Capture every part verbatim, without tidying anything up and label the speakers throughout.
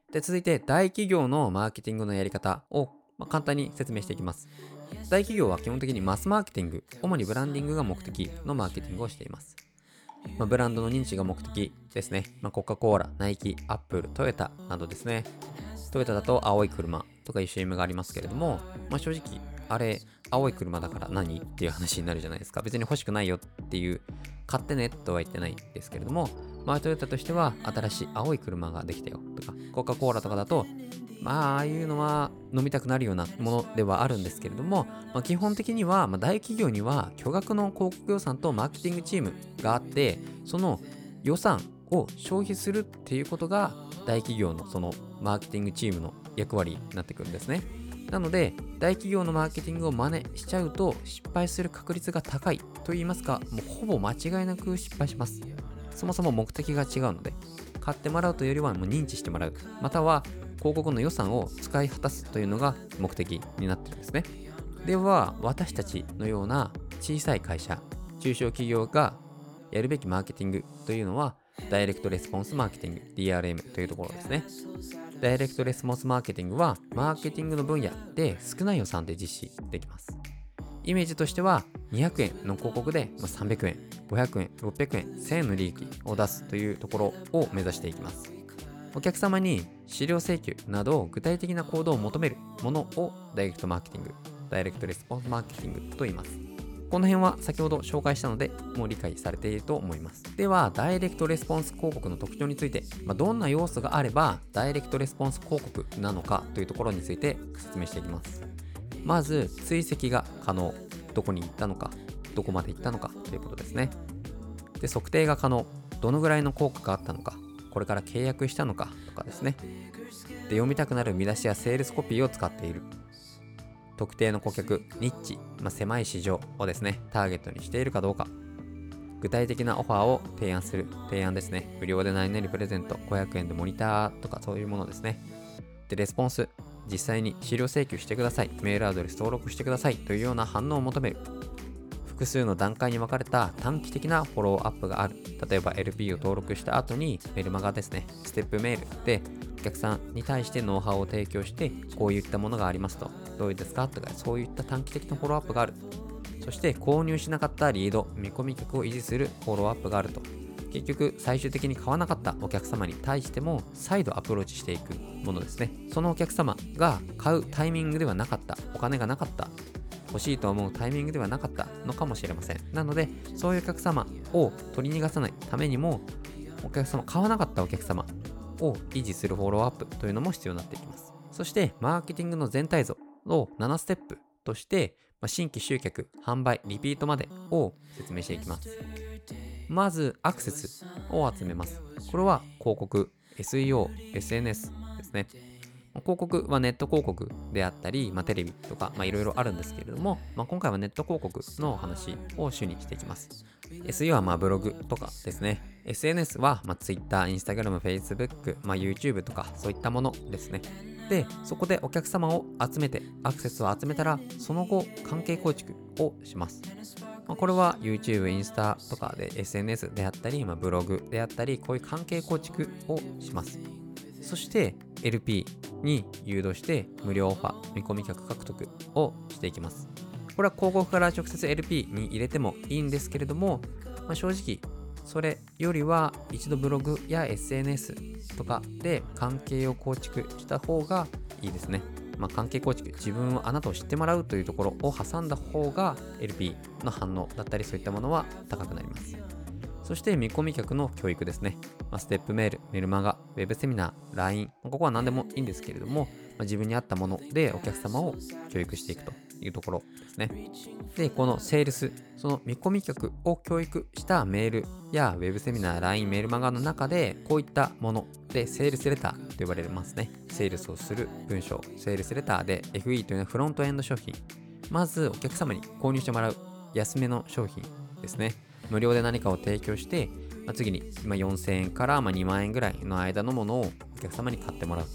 Speaker 1: で、続いて大企業のマーケティングのやり方を、まあ、簡単に説明していきます。大企業は基本的にマスマーケティング、主にブランディングが目的のマーケティングをしています。まあ、ブランドの認知が目的ですね。まあ、コカ・コーラ、ナイキ、アップル、トヨタなどですね。トヨタだと青い車とかいう シーエム がありますけれども、まあ、正直、あれ、青い車だから何っていう話になるじゃないですか。別に欲しくないよっていう、買ってねとは言ってないんですけれども、まあ、トヨタとしては新しい青い車ができたよとか、コカ・コーラとかだと、まあ、ああいうのは飲みたくなるようなものではあるんですけれども、まあ、基本的には、まあ、大企業には巨額の広告予算とマーケティングチームがあって、その予算を消費するっていうことが大企業のそのマーケティングチームの役割になってくるんですね。なので、大企業のマーケティングを真似しちゃうと失敗する確率が高いと言いますか、もうほぼ間違いなく失敗します。そもそも目的が違うので、買ってもらうというよりはもう認知してもらう、または広告の予算を使い果たすというのが目的になってるんですね。では、私たちのような小さい会社、中小企業がやるべきマーケティングというのは、ダイレクトレスポンスマーケティング ディーアールエム というところですね。ダイレクトレスポンスマーケティングは、マーケティングの分野で少ない予算で実施できます。イメージとしては、にひゃくえんの広告でさんびゃくえん、ごひゃくえん、ろっぴゃくえん、せんえんの利益を出すというところを目指していきます。お客様に資料請求など具体的な行動を求めるものをダイレクトマーケティング、ダイレクトレスポンスマーケティングと言います。この辺は先ほど紹介したので、もう理解されていると思います。では、ダイレクトレスポンス広告の特徴について、まあ、どんな要素があればダイレクトレスポンス広告なのかというところについて説明していきます。まず、追跡が可能。どこに行ったのか、どこまで行ったのかということですね。で、測定が可能。どのぐらいの効果があったのか、これから契約したのかとかですね。で、読みたくなる見出しやセールスコピーを使っている。特定の顧客、ニッチ、まあ、狭い市場をですね、ターゲットにしているかどうか。具体的なオファーを提案する。提案ですね。無料で何々プレゼント、ごひゃくえんでモニターとかそういうものですね。で、レスポンス。実際に資料請求してください。メールアドレス登録してくださいというような反応を求める。複数の段階に分かれた短期的なフォローアップがある。例えば エルピー を登録した後にメルマガですね。ステップメールでお客さんに対してノウハウを提供して、こういったものがありますと。どうですかとか、そういった短期的なフォローアップがある。そして購入しなかったリード、見込み客を維持するフォローアップがあると。結局最終的に買わなかったお客様に対しても再度アプローチしていくものですね。そのお客様が買うタイミングではなかった、お金がなかった、欲しいと思うタイミングではなかったのかもしれません。なので、そういうお客様を取り逃がさないためにも、お客様、買わなかったお客様を維持するフォローアップというのも必要になっていきます。そして、マーケティングの全体像をななステップとして、新規集客、販売、リピートまでを説明していきます。まず、アクセスを集めます。これは広告、エスイーオー、エスエヌエス ですね。広告はネット広告であったり、まあ、テレビとかいろいろあるんですけれども、まあ、今回はネット広告の話を主にしていきます。エスイーオー はまあブログとかですね。エスエヌエス はまあ Twitter、Instagram、Facebook、まあ、YouTube とかそういったものですね。で、そこでお客様を集めて、アクセスを集めたら、その後関係構築をします。まあ、これは YouTube、インスタとかで エスエヌエス であったり、まあ、ブログであったり、こういう関係構築をします。そして エルピー に誘導して無料オファー、見込み客獲得をしていきます。これは広告から直接 エルピー に入れてもいいんですけれども、まあ、正直それよりは一度ブログや エスエヌエス とかで関係を構築した方がいいですね。まあ、関係構築、自分をあなたを知ってもらうというところを挟んだ方が エルピー の反応だったりそういったものは高くなります。そして見込み客の教育ですね。まあ、ステップメール、メルマガ、ウェブセミナー、ライン、ここは何でもいいんですけれども、まあ、自分に合ったものでお客様を教育していくというところですね。で、このセールス、その見込み客を教育したメールやウェブセミナー、ライン、メルマガの中でこういったものでセールスレターと呼ばれますね。セールスをする文章、セールスレターで エフイー というのはフロントエンド商品。まずお客様に購入してもらう安めの商品ですね。無料で何かを提供して、まあ、次によんせんえんからにまんえんぐらいの間のものをお客様に買ってもらうと。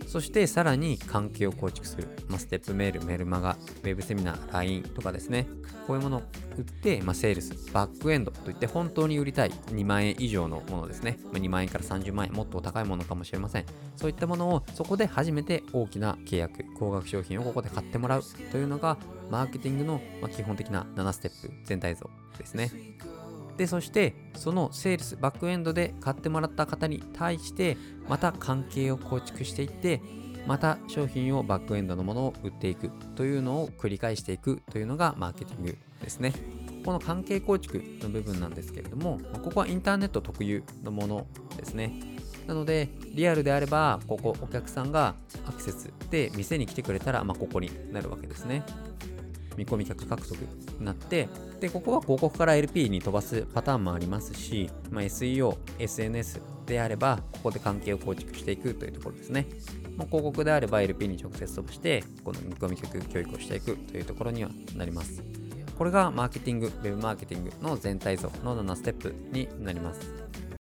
Speaker 1: そしてさらに関係を構築する、まあ、ステップメール、メルマガ、ウェブセミナー、ライン とかですね。こういうものを売って、まあ、セールス、バックエンドといって本当に売りたいにまんえん以上のものですね。まあ、にまんえんからさんじゅうまんえん、もっとお高いものかもしれません。そういったものをそこで初めて大きな契約、高額商品をここで買ってもらうというのがマーケティングのまあ基本的なななステップ全体像ですね。で、そしてそのセールスバックエンドで買ってもらった方に対してまた関係を構築していって、また商品をバックエンドのものを売っていくというのを繰り返していくというのがマーケティングですね。この関係構築の部分なんですけれども、ここはインターネット特有のものですね。なのでリアルであれば、ここお客さんがアクセスで店に来てくれたら、まあ、ここになるわけですね。見込み客獲得になって、でここは広告から エルピー に飛ばすパターンもありますし、まあ、エスイーオー、エスエヌエス であればここで関係を構築していくというところですね。もう広告であれば エルピー に直接飛ばしてこの見込み客教育をしていくというところにはなります。これがマーケティング、ウェブマーケティングの全体像のななステップになります。